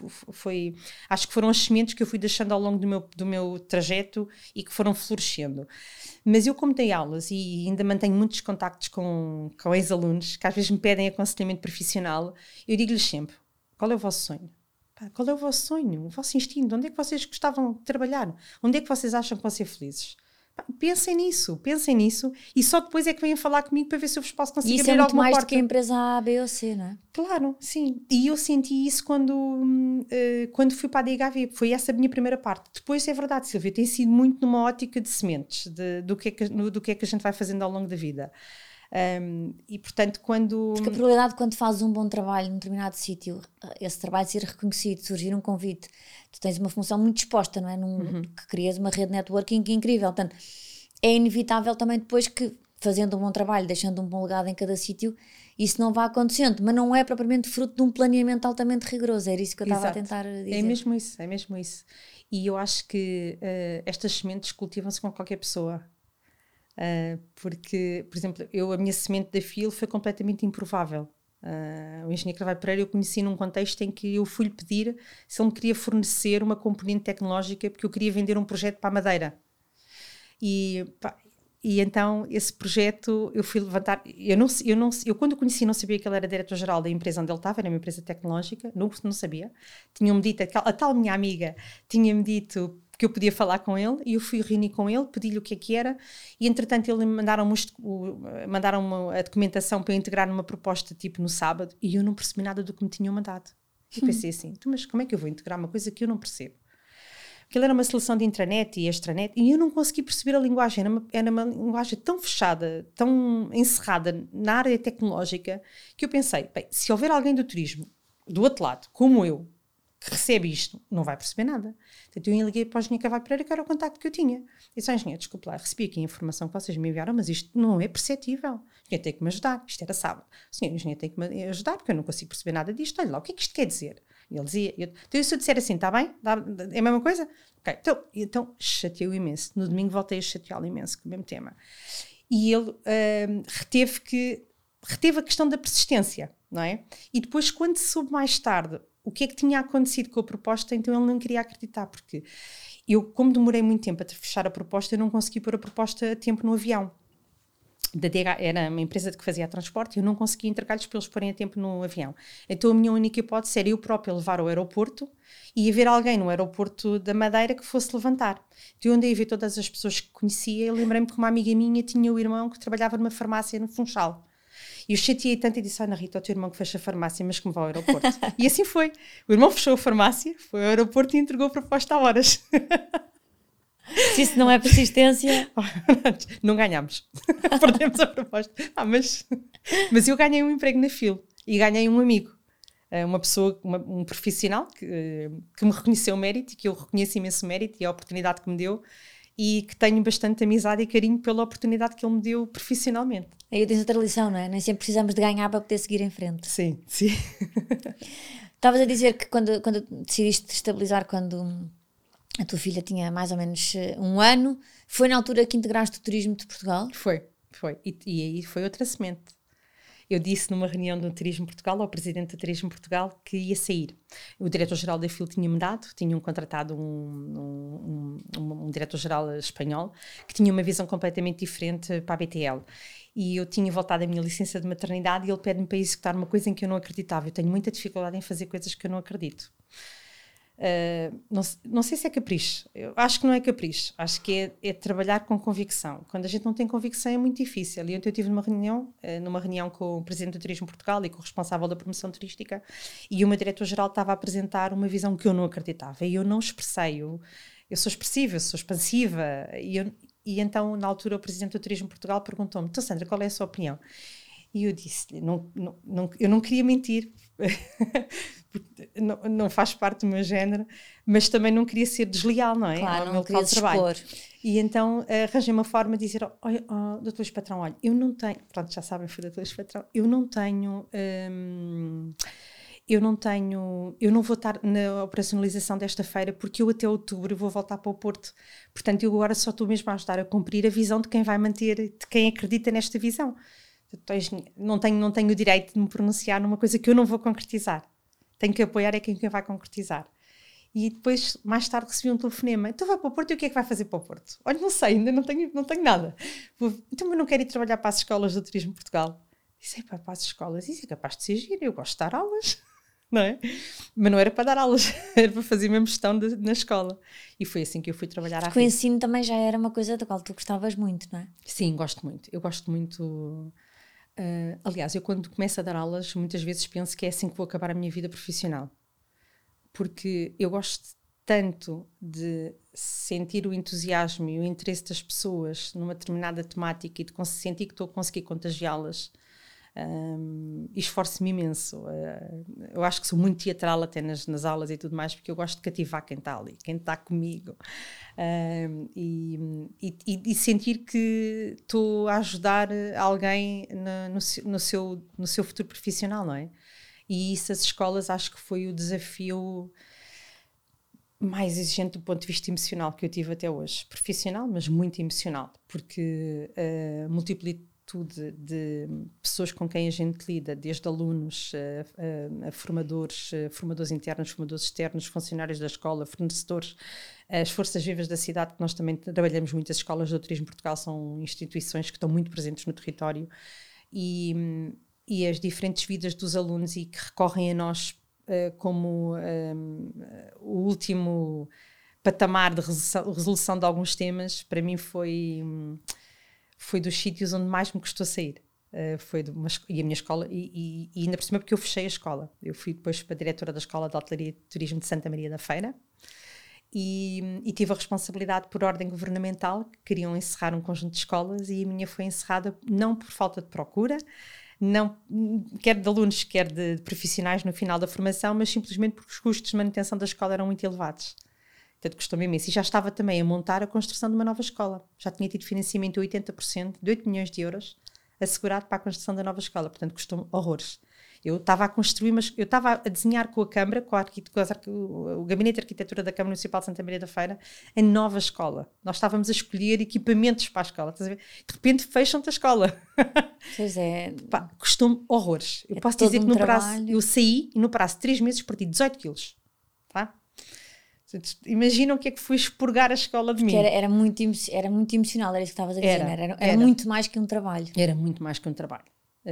Acho que foram as sementes que eu fui deixando ao longo do meu trajeto e que foram florescendo. Mas eu, como dei aulas e ainda mantenho muitos contactos com ex-alunos que às vezes me pedem aconselhamento profissional, eu digo-lhes sempre, qual é o vosso sonho? Qual é o vosso sonho? O vosso instinto? Onde é que vocês gostavam de trabalhar? Onde é que vocês acham que vão ser felizes? Pensem nisso e só depois é que venham falar comigo para ver se eu vos posso conseguir abrir alguma porta. Isso é muito mais do que a empresa A, B ou C, não é? Claro, sim. E eu senti isso quando fui para a DHV. Foi essa a minha primeira parte. Depois, é verdade, Sílvia, tem sido muito numa ótica de sementes, do que é que a gente vai fazendo ao longo da vida. E portanto porque a probabilidade de quando fazes um bom trabalho num determinado sítio, esse trabalho ser reconhecido, surgir um convite, tu tens uma função muito disposta, não é? Que crias uma rede de networking incrível, portanto é inevitável também depois que fazendo um bom trabalho, deixando um bom legado em cada sítio, isso não vai acontecendo, mas não é propriamente fruto de um planeamento altamente rigoroso, era isso que eu estava a tentar dizer. É mesmo isso e eu acho que estas sementes cultivam-se com qualquer pessoa. Porque, por exemplo, a minha semente da FIL foi completamente improvável. O engenheiro Carvalho Pereira eu conheci num contexto em que eu fui-lhe pedir se ele me queria fornecer uma componente tecnológica porque eu queria vender um projeto para a Madeira. E então esse projeto eu fui levantar. Eu quando o conheci não sabia que ele era diretor-geral da empresa onde ele estava, era uma empresa tecnológica, não sabia. Tinham-me dito, a tal minha amiga tinha-me dito que eu podia falar com ele e eu fui reunir com ele, pedi-lhe o que é que era e entretanto ele mandaram-me a documentação para eu integrar numa proposta tipo no sábado e eu não percebi nada do que me tinham mandado. Eu pensei assim, mas como é que eu vou integrar uma coisa que eu não percebo? Aquilo era uma seleção de intranet e extranet e eu não consegui perceber a linguagem, era uma linguagem tão fechada, tão encerrada na área tecnológica que eu pensei, bem, se houver alguém do turismo do outro lado, como eu, que recebe isto, não vai perceber nada. Então eu liguei para o engenheiro Carvalho Pereira, que era o contacto que eu tinha. Eu disse, engenheiro, desculpe lá, recebi aqui a informação que vocês me enviaram, mas isto não é perceptível. O engenheiro tem que me ajudar. Isto era sábado. O engenheiro tem que me ajudar, porque eu não consigo perceber nada disto. Olha lá, o que é que isto quer dizer? E ele dizia, então se eu disser assim, está bem? É a mesma coisa? Ok, então chateou imenso. No domingo voltei a chateá-lo imenso com o mesmo tema. E ele reteve a questão da persistência, não é? E depois, quando soube mais tarde o que é que tinha acontecido com a proposta, então ele não queria acreditar, porque eu, como demorei muito tempo a fechar a proposta, eu não consegui pôr a proposta a tempo no avião. Era uma empresa que fazia transporte e eu não conseguia entregar-lhes para eles porem a tempo no avião. Então a minha única hipótese era eu própria levar ao aeroporto e haver alguém no aeroporto da Madeira que fosse levantar. Então eu andei a ver todas as pessoas que conhecia e lembrei-me que uma amiga minha tinha o irmão que trabalhava numa farmácia no Funchal. E eu chateei tanto e disse, Ana Rita, o teu irmão que fecha a farmácia, mas que me vai ao aeroporto. E assim foi. O irmão fechou a farmácia, foi ao aeroporto e entregou a proposta a horas. Se isso não é persistência... Não ganhámos. Perdemos a proposta. Mas eu ganhei um emprego na FIL e ganhei um amigo. uma pessoa, um profissional que me reconheceu o mérito e que eu reconheço imenso mérito e a oportunidade que me deu e que tenho bastante amizade e carinho pela oportunidade que ele me deu profissionalmente. Aí tens outra lição, não é? Nem sempre precisamos de ganhar para poder seguir em frente. Sim. Estavas a dizer que quando decidiste te estabilizar, quando a tua filha tinha mais ou menos 1 ano, foi na altura que integraste o turismo de Portugal? Foi. E aí foi outra semente. Eu disse numa reunião do Turismo Portugal, ao presidente do Turismo Portugal, que ia sair. O diretor-geral da FIL tinha mudado, tinham contratado um diretor-geral espanhol, que tinha uma visão completamente diferente para a BTL. E eu tinha voltado à minha licença de maternidade e ele pede-me para executar uma coisa em que eu não acreditava. Eu tenho muita dificuldade em fazer coisas que eu não acredito. Não sei se é capricho. Eu acho que não é capricho. Acho que é trabalhar com convicção. Quando a gente não tem convicção é muito difícil. E ontem eu estive numa reunião com o presidente do Turismo Portugal e com o responsável da promoção turística, e o meu diretor-geral estava a apresentar uma visão que eu não acreditava. E eu não expressei. Eu sou expressiva, eu sou expansiva. E então, na altura, o presidente do Turismo Portugal perguntou-me: então, Sandra, qual é a sua opinião? E eu disse-lhe, eu não queria mentir, não faz parte do meu género, mas também não queria ser desleal, não é? Claro, ao não meu local de trabalho. Expor. E então arranjei uma forma de dizer: doutor Luís Patrão, olha, eu não tenho, pronto, já sabem, fui doutor Luís Patrão, eu não vou estar na operacionalização desta feira porque eu até outubro vou voltar para o Porto. Portanto, eu agora só estou mesmo a ajudar a cumprir a visão de quem vai manter, de quem acredita nesta visão. Não tenho o direito de me pronunciar numa coisa que eu não vou concretizar. Tenho que apoiar quem vai concretizar. E depois, mais tarde, recebi um telefonema: então vai para o Porto, e o que é que vai fazer para o Porto? Olha, não sei, ainda não tenho nada. Então eu não quero ir trabalhar para as escolas do Turismo Portugal. Disse: para as escolas, isso é capaz de ser giro, eu gosto de dar aulas. Não é? Mas não era para dar aulas, era para fazer mesmo gestão na escola. E foi assim que eu fui trabalhar à Porque o ensino também já era uma coisa da qual tu gostavas muito, não é? Sim, gosto muito. Eu gosto muito. Aliás, eu quando começo a dar aulas, muitas vezes penso que é assim que vou acabar a minha vida profissional. Porque eu gosto tanto de sentir o entusiasmo e o interesse das pessoas numa determinada temática e de sentir que estou a conseguir contagiá-las. E esforço-me imenso. Eu acho que sou muito teatral até nas aulas e tudo mais, porque eu gosto de cativar quem está ali, quem está comigo, e sentir que estou a ajudar alguém no seu futuro profissional, não é? E isso, as escolas, acho que foi o desafio mais exigente do ponto de vista emocional que eu tive até hoje. Profissional, mas muito emocional, porque de pessoas com quem a gente lida, desde alunos a formadores internos, formadores externos, funcionários da escola, fornecedores, as forças vivas da cidade, que nós também trabalhamos muito. As escolas do Turismo Portugal são instituições que estão muito presentes no território, e as diferentes vidas dos alunos, e que recorrem a nós como o último patamar de resolução de alguns temas. Para mim foi dos sítios onde mais me custou sair. E a minha escola, e ainda por cima porque eu fechei a escola. Eu fui depois para a diretora da Escola de Hotelaria e Turismo de Santa Maria da Feira, e tive a responsabilidade, por ordem governamental, que queriam encerrar um conjunto de escolas, e a minha foi encerrada não por falta de procura, não, quer de alunos, quer de profissionais no final da formação, mas simplesmente porque os custos de manutenção da escola eram muito elevados. Portanto, custou-me imenso. E já estava também a montar a construção de uma nova escola. Já tinha tido financiamento de 80%, de 8 milhões de euros, assegurado para a construção da nova escola. Portanto, custou-me horrores. Eu estava a construir, mas eu estava a desenhar com a Câmara, o Gabinete de Arquitetura da Câmara Municipal de Santa Maria da Feira, a nova escola. Nós estávamos a escolher equipamentos para a escola. Estás a ver? De repente, fecham-te a escola. Pois é. Custou-me horrores. Eu posso dizer que no prazo, eu saí e no prazo de 3 meses perdi 18 quilos. Tá? Imagina o que é que foi expurgar a escola de mim. Era muito emocional, era isso que estavas a dizer. Era muito mais que um trabalho. Era muito mais que um trabalho.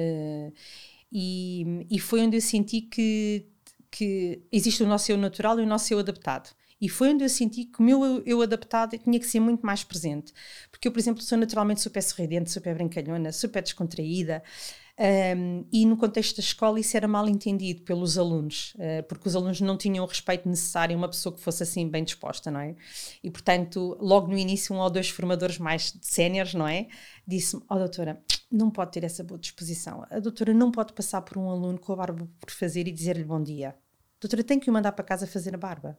E foi onde eu senti que existe o nosso eu natural e o nosso eu adaptado. E foi onde eu senti que o meu eu adaptado tinha que ser muito mais presente. Porque eu, por exemplo, sou naturalmente super sorridente, super brincalhona, super descontraída. E no contexto da escola isso era mal entendido pelos alunos, porque os alunos não tinham o respeito necessário a uma pessoa que fosse assim bem disposta, não é? E portanto, logo no início, 1 ou 2 formadores mais séniores, não é? Disse-me: doutora, não pode ter essa boa disposição. A doutora não pode passar por um aluno com a barba por fazer e dizer-lhe bom dia. A doutora tem que o mandar para casa fazer a barba.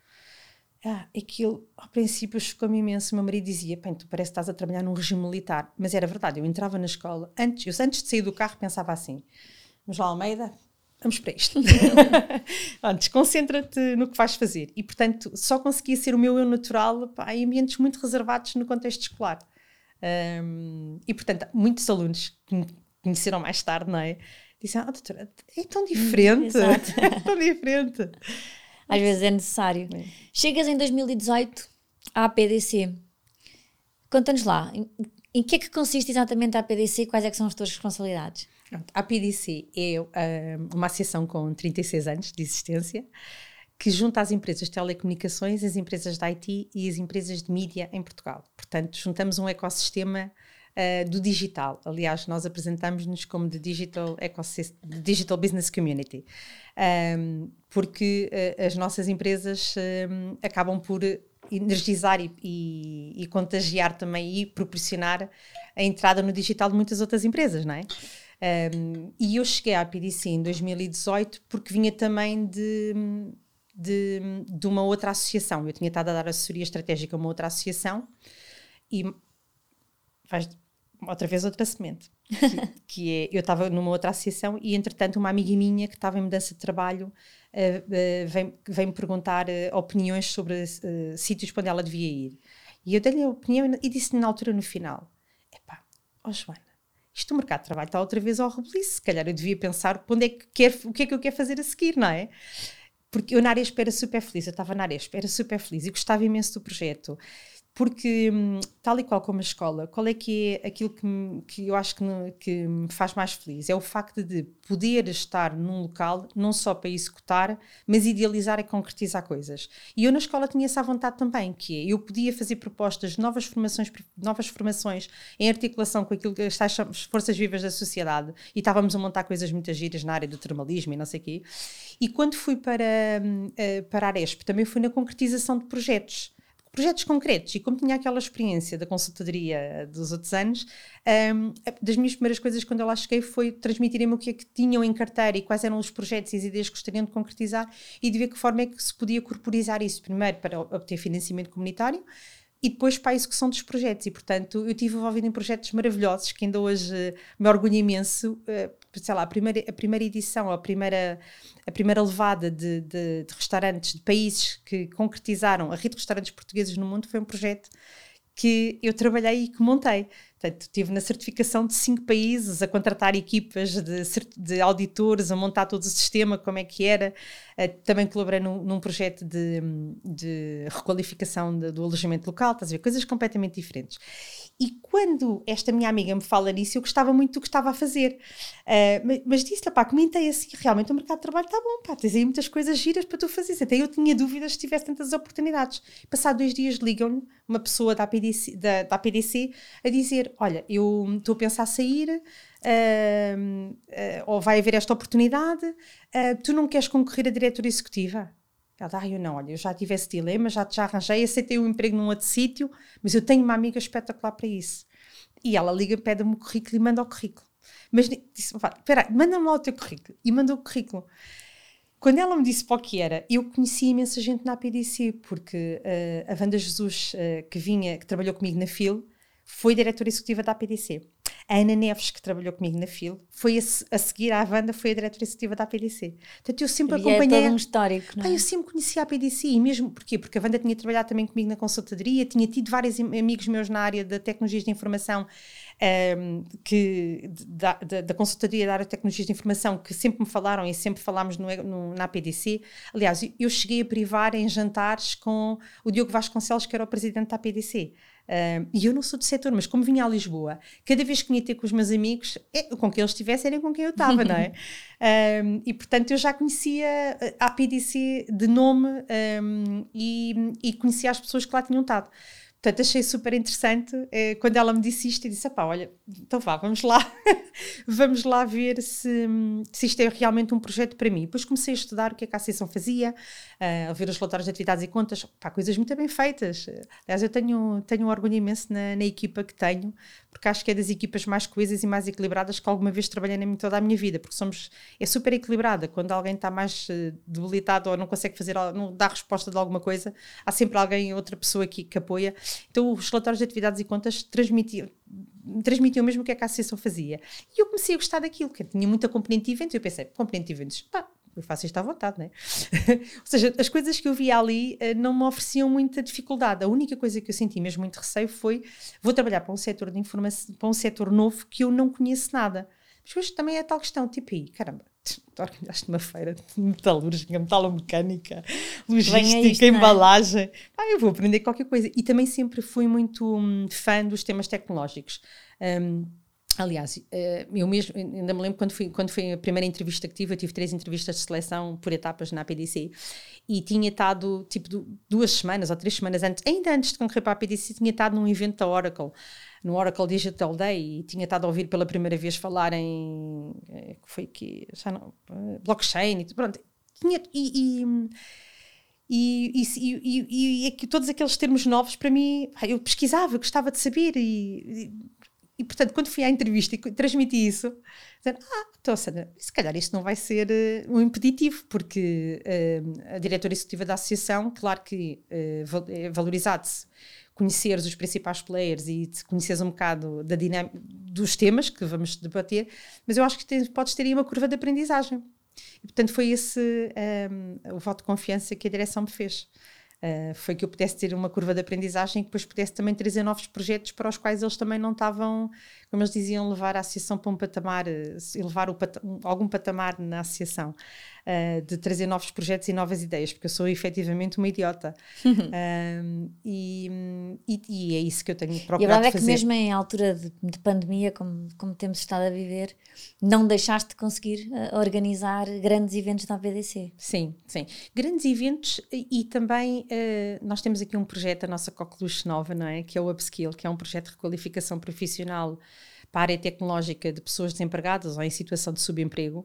Aquilo, ao princípio, chocou-me imenso. O meu marido dizia, tu parece que estás a trabalhar num regime militar. Mas era verdade, eu entrava na escola, antes de sair do carro pensava assim, vamos lá, Almeida, vamos para isto. Antes, concentra-te no que vais fazer. E, portanto, só conseguia ser o meu eu natural em ambientes muito reservados no contexto escolar. E, portanto, muitos alunos que me conheceram mais tarde, não é? Disseram, doutora, é tão diferente. É tão diferente. Às vezes é necessário. Chegas em 2018 à APDC. Conta-nos lá, em que é que consiste exatamente a APDC e quais é que são as tuas responsabilidades? A APDC é uma associação com 36 anos de existência que junta as empresas de telecomunicações, as empresas de IT e as empresas de mídia em Portugal. Portanto, juntamos um ecossistema do digital. Aliás, nós apresentamos-nos como The Digital Business Community, porque as nossas empresas acabam por energizar e contagiar também e proporcionar a entrada no digital de muitas outras empresas, não é? E eu cheguei à APDC em 2018 porque vinha também de uma outra associação. Eu tinha estado a dar assessoria estratégica a uma outra associação e faz outra vez outra semente, que é, eu estava numa outra associação e entretanto uma amiga minha que estava em mudança de trabalho vem-me perguntar opiniões sobre sítios para onde ela devia ir. E eu dei-lhe a opinião e disse-lhe na altura no final, Joana, isto o mercado de trabalho está outra vez ao rebuliço, se calhar eu devia pensar o que é que eu quero fazer a seguir, não é? Porque eu na Aresp era super feliz, eu estava na Aresp, era super feliz e gostava imenso do projeto. Porque, tal e qual como a escola, qual é que é aquilo que eu acho que me faz mais feliz? É o facto de poder estar num local, não só para executar, mas idealizar e concretizar coisas. E eu na escola tinha essa vontade também, que é, eu podia fazer propostas de novas formações em articulação com aquilo que as forças vivas da sociedade, e estávamos a montar coisas muito giras na área do termalismo e não sei o quê. E quando fui para a Aresp, também fui na concretização de projetos concretos, e como tinha aquela experiência da consultadoria dos outros anos, das minhas primeiras coisas quando eu lá cheguei foi transmitirem-me o que é que tinham em carteira e quais eram os projetos e as ideias que gostariam de concretizar e de ver que forma é que se podia corporizar isso, primeiro para obter financiamento comunitário e depois para a execução dos projetos. E, portanto, eu estive envolvida em projetos maravilhosos que ainda hoje me orgulho imenso. Sei lá, a primeira edição, a primeira levada de restaurantes de países que concretizaram a rede de restaurantes portugueses no mundo foi um projeto que eu trabalhei e que montei. Portanto, estive na certificação de 5 países, a contratar equipas de auditores, a montar todo o sistema, como é que era. Também colaborei num projeto de requalificação do alojamento local, estás a ver? Coisas completamente diferentes. E quando esta minha amiga me fala nisso, eu gostava muito do que estava a fazer. Mas disse-lhe, comentei assim, realmente o mercado de trabalho está bom, tens aí muitas coisas giras para tu fazeres. Até eu tinha dúvidas se tivesse tantas oportunidades. Passado 2 dias ligam-me uma pessoa da APDC a dizer, olha, eu estou a pensar sair, ou vai haver esta oportunidade, tu não queres concorrer a diretora executiva? Ela, eu não, olha, eu já tive esse dilema, já arranjei, aceitei um emprego num outro sítio, mas eu tenho uma amiga espetacular para isso. E ela liga, pede-me o currículo e manda o currículo. Mas disse, espera, manda-me lá o teu currículo. E mandou o currículo. Quando ela me disse para o que era, eu conheci imensa gente na APDC, porque a Wanda Jesus, que trabalhou comigo na FIL, foi diretora executiva da APDC. A Ana Neves, que trabalhou comigo na FIL, foi a seguir à Wanda, foi a diretora executiva da APDC. Portanto, eu sempre acompanhei... É todo um histórico, não é? Eu sempre conhecia a APDC, e mesmo... Porquê? Porque a Wanda tinha trabalhado também comigo na consultadoria, tinha tido vários amigos meus na área da tecnologias de informação, da consultadoria da área de tecnologias de informação, que sempre me falaram e sempre falámos na APDC. Aliás, eu cheguei a privar em jantares com o Diogo Vasconcelos, que era o presidente da APDC. E eu não sou do setor, mas como vinha a Lisboa, cada vez que vinha ter com os meus amigos, com quem eles estivessem, era com quem eu estava, não é? E portanto eu já conhecia a APDC de nome, e conhecia as pessoas que lá tinham estado. Portanto, achei super interessante quando ela me disse isto e disse, olha, então vamos lá, vamos lá ver se isto é realmente um projeto para mim. Depois comecei a estudar o que é que a associação fazia, a ver os relatórios de atividades e contas, coisas muito bem feitas. Aliás, eu tenho um orgulho imenso na equipa que tenho, porque acho que é das equipas mais coesas e mais equilibradas que alguma vez trabalhei em toda a minha vida, porque é super equilibrada. Quando alguém está mais debilitado ou não consegue fazer, não dá resposta de alguma coisa, há sempre alguém, outra pessoa que apoia. Então os relatórios de atividades e contas transmitiam mesmo o que é que a associação fazia. E eu comecei a gostar daquilo, que tinha muita componente de eventos. Eu pensei, componente de eventos, eu faço isto à vontade, não é? Ou seja, as coisas que eu via ali não me ofereciam muita dificuldade. A única coisa que eu senti mesmo muito receio foi, vou trabalhar para um setor de informação, para um setor novo que eu não conheço nada. Mas hoje também é a tal questão, tipo, aí, caramba, tu organizaste uma feira de metalúrgica, metalomecânica, logística, embalagem. Eu vou aprender qualquer coisa. E também sempre fui muito fã dos temas tecnológicos. Aliás, eu mesmo, ainda me lembro quando foi a primeira entrevista que tive, eu tive 3 entrevistas de seleção por etapas na APDC e tinha estado, tipo, 2 semanas ou 3 semanas antes, ainda antes de concorrer para a APDC, tinha estado num evento da Oracle, no Oracle Digital Day, e tinha estado a ouvir pela primeira vez falar em, blockchain, e pronto, e todos aqueles termos novos para mim, eu pesquisava, gostava de saber e portanto, quando fui à entrevista e transmiti isso, dizendo, então, Sandra, se calhar isto não vai ser um impeditivo, porque a diretora executiva da associação, claro que é valorizado-se conheceres os principais players e conheceres um bocado da dinâmica dos temas que vamos debater, mas eu acho que podes ter aí uma curva de aprendizagem. E, portanto, foi esse o voto de confiança que a direção me fez. Foi que eu pudesse ter uma curva de aprendizagem e que depois pudesse também trazer novos projetos para os quais eles também não estavam, como eles diziam, levar a associação para um patamar, elevar algum patamar na associação, de trazer novos projetos e novas ideias, porque eu sou efetivamente uma idiota. E é isso que eu tenho procurado fazer. E a verdade é que mesmo em altura de pandemia, como temos estado a viver, não deixaste de conseguir organizar grandes eventos da APDC. Sim. Grandes eventos e também nós temos aqui um projeto, a nossa coqueluche nova, não é? Que é o Upskill, que é um projeto de requalificação profissional para a área tecnológica de pessoas desempregadas ou em situação de subemprego,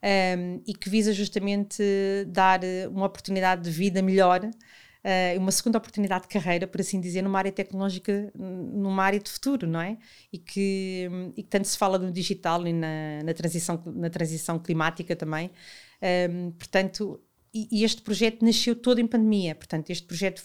e que visa justamente dar uma oportunidade de vida melhor, uma segunda oportunidade de carreira, por assim dizer, numa área tecnológica, numa área de futuro, não é? E que tanto se fala no digital e na transição climática também. Portanto, e este projeto nasceu todo em pandemia. Portanto, este projeto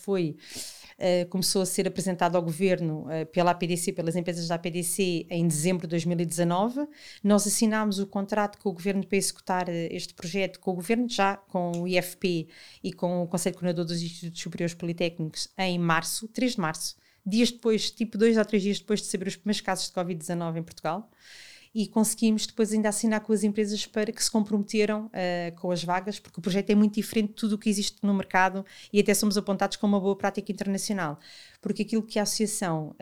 começou a ser apresentado ao governo pela APDC, pelas empresas da APDC, em dezembro de 2019. Nós assinámos o contrato com o governo para executar este projeto, com o governo já, com o IFP e com o Conselho Coordenador dos Institutos Superiores Politécnicos, em março, 3 de março, dias depois, tipo 2 ou 3 dias depois de saber os primeiros casos de Covid-19 em Portugal. E conseguimos depois ainda assinar com as empresas para que se comprometeram com as vagas, porque o projeto é muito diferente de tudo o que existe no mercado e até somos apontados como uma boa prática internacional. Porque aquilo que a associação,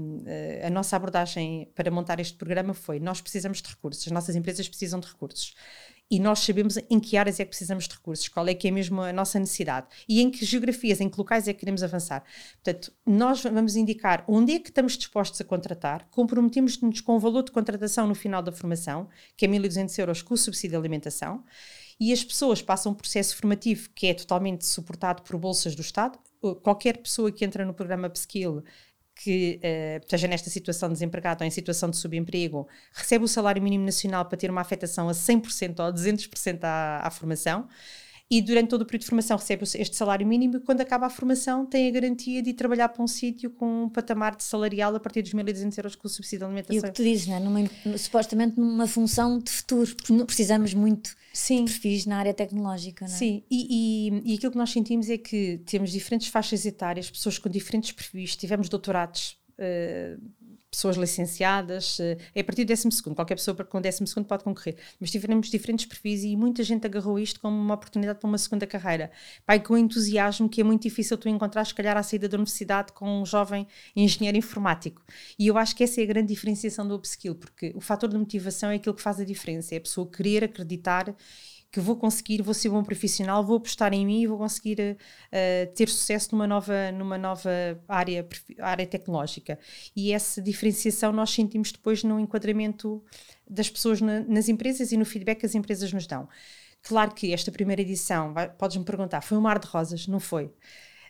a nossa abordagem para montar este programa foi: nós precisamos de recursos, as nossas empresas precisam de recursos. E nós sabemos em que áreas é que precisamos de recursos, qual é que é mesmo a nossa necessidade e em que geografias, em que locais é que queremos avançar. Portanto, nós vamos indicar onde é que estamos dispostos a contratar, comprometemos-nos com o valor de contratação no final da formação, que é 1.200 euros com o subsídio de alimentação, e as pessoas passam um processo formativo que é totalmente suportado por bolsas do Estado. Qualquer pessoa que entra no programa Upskill que esteja nesta situação de desempregado ou em situação de subemprego, recebe o salário mínimo nacional para ter uma afetação a 100% ou a 200% à formação, e durante todo o período de formação recebe este salário mínimo, e quando acaba a formação tem a garantia de ir trabalhar para um sítio com um patamar de salarial a partir dos 1.200 euros com o subsídio de alimentação. E o que tu dizes, não é? Supostamente numa função de futuro, porque precisamos muito de perfis na área tecnológica, não é? Sim, e aquilo que nós sentimos é que temos diferentes faixas etárias, pessoas com diferentes perfis, tivemos doutorados, pessoas licenciadas, é a partir do 12º, qualquer pessoa com 12º pode concorrer, mas tivemos diferentes perfis e muita gente agarrou isto como uma oportunidade para uma segunda carreira. Com entusiasmo que é muito difícil tu encontrar, se calhar, à saída da universidade com um jovem engenheiro informático. E eu acho que essa é a grande diferenciação do Upskill, porque o fator de motivação é aquilo que faz a diferença, é a pessoa querer acreditar que vou conseguir, vou ser bom profissional, vou apostar em mim e vou conseguir ter sucesso numa nova área tecnológica. E essa diferenciação nós sentimos depois no enquadramento das pessoas nas empresas e no feedback que as empresas nos dão. Claro que esta primeira edição, podes-me perguntar, foi um mar de rosas? Não foi.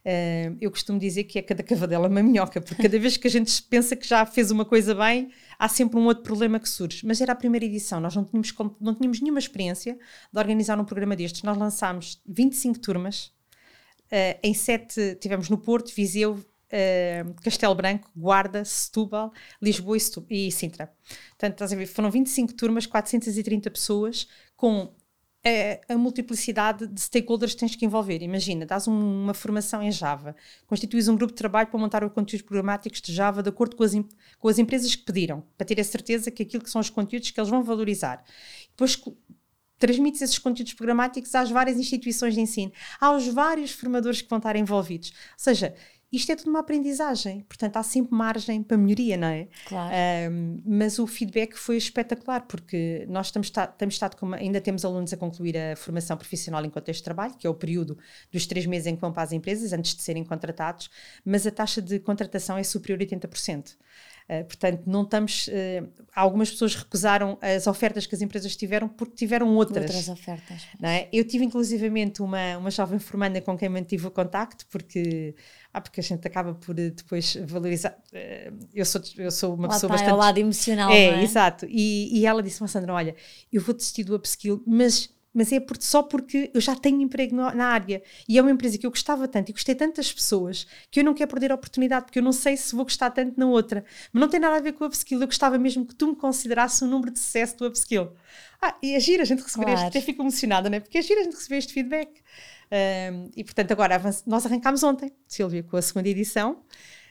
Eu costumo dizer que é cada cavadela uma minhoca, porque cada vez que a gente pensa que já fez uma coisa bem, há sempre um outro problema que surge. Mas era a primeira edição, nós não tínhamos nenhuma experiência de organizar um programa destes. Nós lançámos 25 turmas, em 7 tivemos no Porto, Viseu, Castelo Branco, Guarda, Setúbal, Lisboa e Sintra. Portanto, estás a ver, foram 25 turmas, 430 pessoas, com a multiplicidade de stakeholders que tens que envolver. Imagina, dás uma formação em Java, constituís um grupo de trabalho para montar os conteúdos programáticos de Java de acordo com as empresas que pediram, para ter a certeza que aquilo que são os conteúdos que eles vão valorizar. Depois transmites esses conteúdos programáticos às várias instituições de ensino, aos vários formadores que vão estar envolvidos. Ou seja, isto é tudo uma aprendizagem, portanto há sempre margem para melhoria, não é? Claro. Mas o feedback foi espetacular, porque nós ainda temos alunos a concluir a formação profissional em contexto de trabalho, que é o período dos 3 meses em que vão para as empresas, antes de serem contratados, mas a taxa de contratação é superior a 80%. Portanto, não estamos... algumas pessoas recusaram as ofertas que as empresas tiveram porque tiveram outras ofertas. Não é? Eu tive inclusivamente uma jovem formanda com quem mantive o contacto, porque a gente acaba por depois valorizar. Eu sou uma pessoa bastante... É o lado emocional, não é? Exato. E ela disse-me, Sandra, olha, eu vou desistir do upskill, mas é só porque eu já tenho emprego na área, e é uma empresa que eu gostava tanto e gostei tanto das pessoas que eu não quero perder a oportunidade, porque eu não sei se vou gostar tanto na outra, mas não tem nada a ver com o upskill. Eu gostava mesmo que tu me considerasses um número de sucesso do upskill. E é giro a gente receber Claro. até fico emocionada, não é? Porque é giro a gente receber este feedback. E portanto agora nós arrancámos ontem, Sílvia, com a segunda edição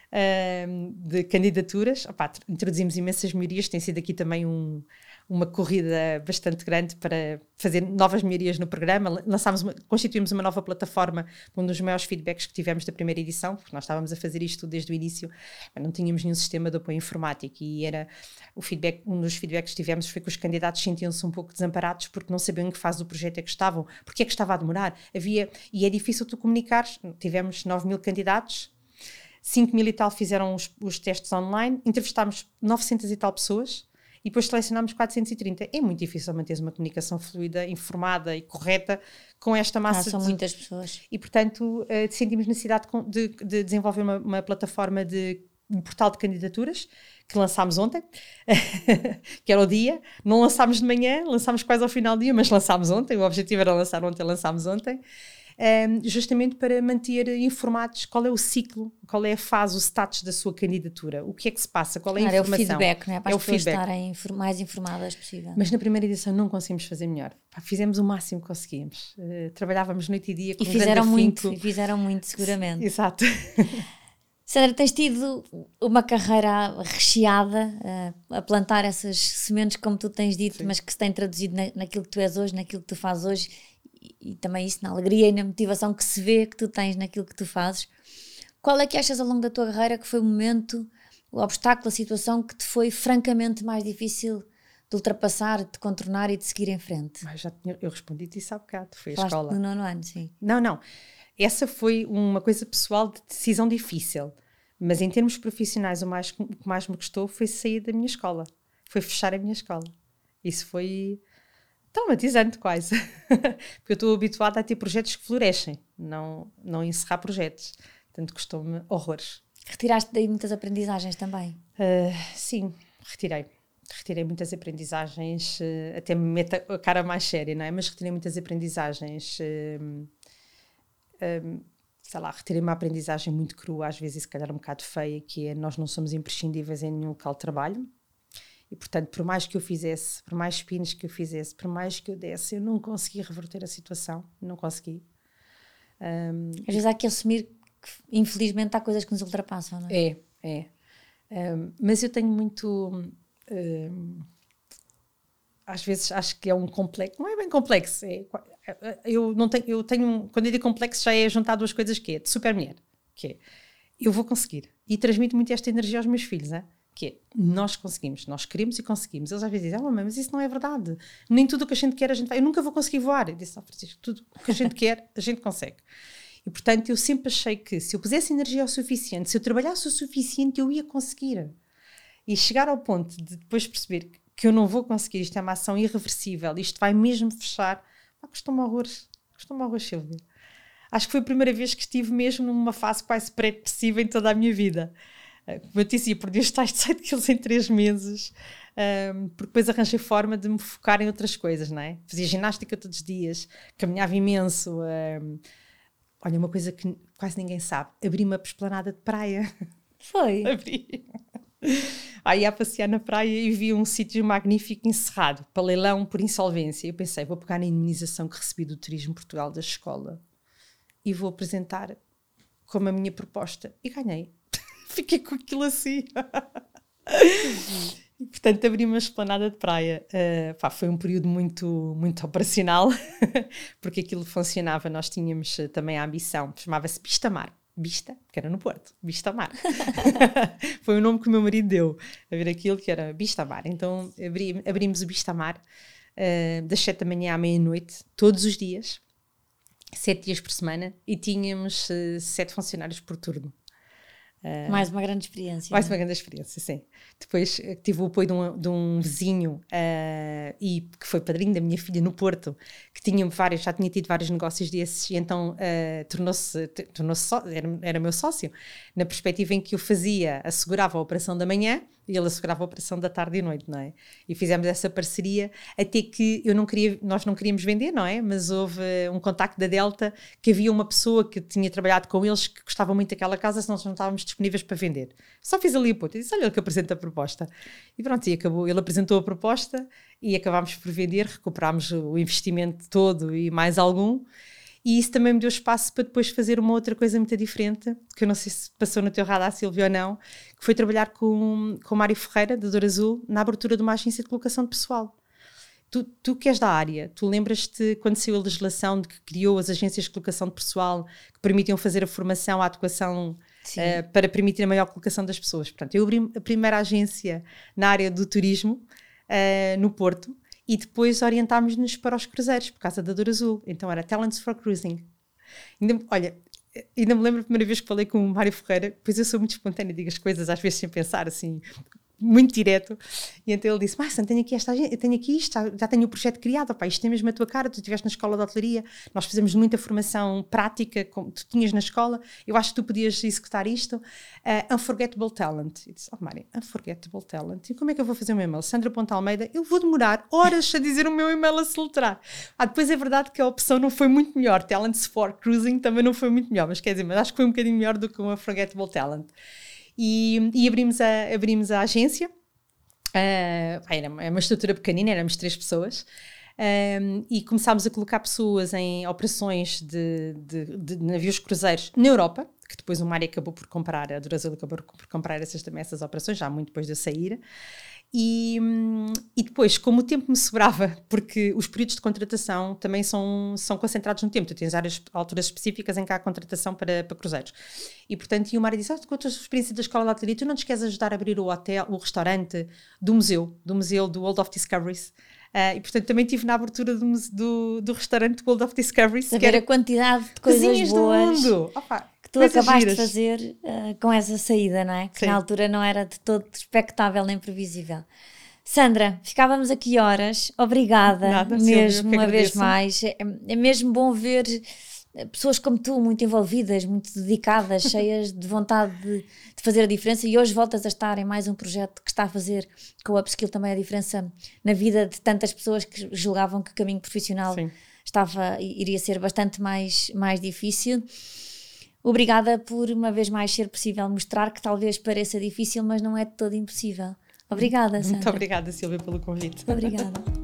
de candidaturas. Introduzimos imensas melhorias, tem sido aqui também uma corrida bastante grande para fazer novas melhorias no programa. Constituímos uma nova plataforma, um dos maiores feedbacks que tivemos da primeira edição, porque nós estávamos a fazer isto desde o início, mas não tínhamos nenhum sistema de apoio informático, e um dos feedbacks que tivemos foi que os candidatos sentiam-se um pouco desamparados porque não sabiam em que fase do projeto é que estavam, porque é que estava a demorar. E é difícil tu comunicares. Tivemos 9.000 candidatos, 5.000 e tal fizeram os testes online, entrevistámos 900 e tal pessoas, e depois selecionámos 430. É muito difícil manter uma comunicação fluida, informada e correta com esta massa. São muitas pessoas. E, portanto, sentimos necessidade de desenvolver uma plataforma um portal de candidaturas, que lançámos ontem, que era o dia. Não lançámos de manhã, lançámos quase ao final do dia, mas lançámos ontem. O objetivo era lançar ontem, lançámos ontem. Justamente para manter informados qual é o ciclo, qual é a fase, o status da sua candidatura, o que é que se passa, qual é a informação. É o feedback, não é? Para as pessoas estarem mais informadas possível. Mas na primeira edição não conseguimos fazer melhor. Fizemos o máximo que conseguíamos. Trabalhávamos noite e dia com fizeram muito, seguramente. Exato. Sandra, tens tido uma carreira recheada a plantar essas sementes, como tu tens dito, sim, mas que se tem traduzido naquilo que tu és hoje, naquilo que tu fazes hoje, e também isso na alegria e na motivação que se vê que tu tens naquilo que tu fazes. Qual é que achas ao longo da tua carreira que foi o momento, o obstáculo, a situação que te foi francamente mais difícil de ultrapassar, de contornar e de seguir em frente? Eu respondi-te isso há bocado, foi a Falaste escola. no 9º ano, sim. Não. Essa foi uma coisa pessoal de decisão difícil, mas em termos profissionais o que mais me custou foi sair da minha escola, foi fechar a minha escola. Isso foi traumatizante quase, porque eu estou habituada a ter projetos que florescem, não encerrar projetos, portanto custou-me horrores. Retiraste daí muitas aprendizagens também? Sim, retirei muitas aprendizagens, até me meto a cara mais séria, não é? Mas retirei muitas aprendizagens, retirei uma aprendizagem muito crua, às vezes se calhar um bocado feia, que é: nós não somos imprescindíveis em nenhum local de trabalho. E, portanto, por mais que eu fizesse, por mais pinos que eu fizesse, por mais que eu desse, eu não consegui reverter a situação. Não consegui. Às vezes há que assumir que, infelizmente, há coisas que nos ultrapassam, não é? É. Mas eu tenho muito... às vezes acho que é um complexo. Não é bem complexo. Quando eu digo complexo, já é juntar duas coisas, que é de super mulher. Que é, eu vou conseguir. E transmito muito esta energia aos meus filhos, não é? Que é, nós conseguimos, nós queremos e conseguimos. Eles às vezes dizem: mamãe, mas isso não é verdade, nem tudo o que a gente quer a gente vai, eu nunca vou conseguir voar. Eu disse: Francisco, tudo o que a gente quer a gente consegue. E portanto eu sempre achei que se eu pusesse energia o suficiente, se eu trabalhasse o suficiente, eu ia conseguir. E chegar ao ponto de depois perceber que eu não vou conseguir, isto é uma ação irreversível, isto vai mesmo fechar, custou-me horrores, Sílvia. acho que foi a primeira vez que estive mesmo numa fase quase pré-depressiva em toda a minha vida. Como eu disse, perdi os tais 7 quilos em 3 meses, porque depois arranjei forma de me focar em outras coisas, não é? Fazia ginástica todos os dias, caminhava imenso. Olha, uma coisa que quase ninguém sabe, abri uma esplanada de praia. Foi? Abri. Aí ia passear na praia e vi um sítio magnífico encerrado, para leilão por insolvência. Eu pensei, vou pegar na indemnização que recebi do Turismo Portugal da escola e vou apresentar como a minha proposta. E ganhei. Fiquei com aquilo assim. E, portanto, abri uma esplanada de praia. Foi um período muito, muito operacional, porque aquilo funcionava. Nós tínhamos também a ambição, chamava-se Vista Mar. Vista, que era no Porto, Vista Mar. Foi o nome que o meu marido deu a ver aquilo, que era Vista Mar. Então abrimos o Vista Mar das 7 da manhã à meia-noite, todos os dias, 7 dias por semana, e tínhamos 7 funcionários por turno. Mais uma grande experiência. Mais uma grande experiência, sim. Depois tive o apoio de um vizinho e que foi padrinho da minha filha no Porto, que já tinha tido vários negócios desses, e então tornou-se era meu sócio, na perspectiva em que eu assegurava a operação da manhã e ele assegurava a operação da tarde e noite, não é? E fizemos essa parceria até que nós não queríamos vender, não é? Mas houve um contacto da Delta, que havia uma pessoa que tinha trabalhado com eles que gostava muito daquela casa, se nós não estávamos disponíveis para vender. Só fiz ali a ponta e disse, olha, ele que apresenta a proposta. E pronto, e acabou. Ele apresentou a proposta e acabámos por vender, recuperámos o investimento todo e mais algum. E isso também me deu espaço para depois fazer uma outra coisa muito diferente, que eu não sei se passou no teu radar, Silvia, ou não, que foi trabalhar com o Mário Ferreira, da Dor Azul, na abertura de uma agência de colocação de pessoal. Tu que és da área, tu lembras-te quando saiu a legislação de que criou as agências de colocação de pessoal que permitiam fazer a formação, a adequação para permitir a maior colocação das pessoas? Portanto, eu abri a primeira agência na área do turismo, no Porto, e depois orientámos-nos para os cruzeiros, por causa da Dor Azul. Então era Talents for Cruising. Ainda me lembro a primeira vez que falei com o Mário Ferreira, pois eu sou muito espontânea, digo as coisas às vezes sem pensar, assim, muito direto. E então ele disse, Sandra, tenho aqui esta agência, tenho aqui isto, já tenho o projeto criado, opa, isto tem mesmo a tua cara, tu estiveste na escola de hotelaria, nós fizemos muita formação prática, como tu tinhas na escola, eu acho que tu podias executar isto. Unforgettable Talent. E disse, Mário, Unforgettable Talent, e como é que eu vou fazer o meu e-mail? Sandra.almeida, eu vou demorar horas a dizer o meu e-mail a soletrar. Depois é verdade que a opção não foi muito melhor, Talents for Cruising também não foi muito melhor, mas quer dizer, mas acho que foi um bocadinho melhor do que o Unforgettable Talent. E abrimos a agência. Era uma estrutura pequenina, éramos 3 pessoas, e começámos a colocar pessoas em operações de navios cruzeiros na Europa, que depois o Mário acabou por comprar, a Dor Azul acabou por comprar essas operações, já muito depois de eu sair. E depois, como o tempo me sobrava, porque os períodos de contratação também são concentrados no tempo, tu tens alturas específicas em que há contratação para cruzeiros. E portanto, o Mário disse, com a tua experiência da escola de hotelaria, tu não te queres ajudar a abrir o hotel, o restaurante do museu do World of Discoveries? E portanto também estive na abertura do restaurante World of Discoveries. Saber a quantidade de coisas boas do mundo. Opa, que tu acabaste de fazer com essa saída, não é? Que na altura não era de todo expectável nem previsível. Sandra, ficávamos aqui horas. Obrigada. Nada, mesmo uma vez mais. É mesmo bom ver pessoas como tu, muito envolvidas, muito dedicadas, cheias de vontade de fazer a diferença, e hoje voltas a estar em mais um projeto que está a fazer com o Upskill também a diferença na vida de tantas pessoas que julgavam que o caminho profissional iria ser bastante mais difícil. Obrigada por uma vez mais ser possível mostrar que talvez pareça difícil, mas não é de todo impossível. Obrigada, Sandra. Muito obrigada, Silvia, pelo convite. Obrigada.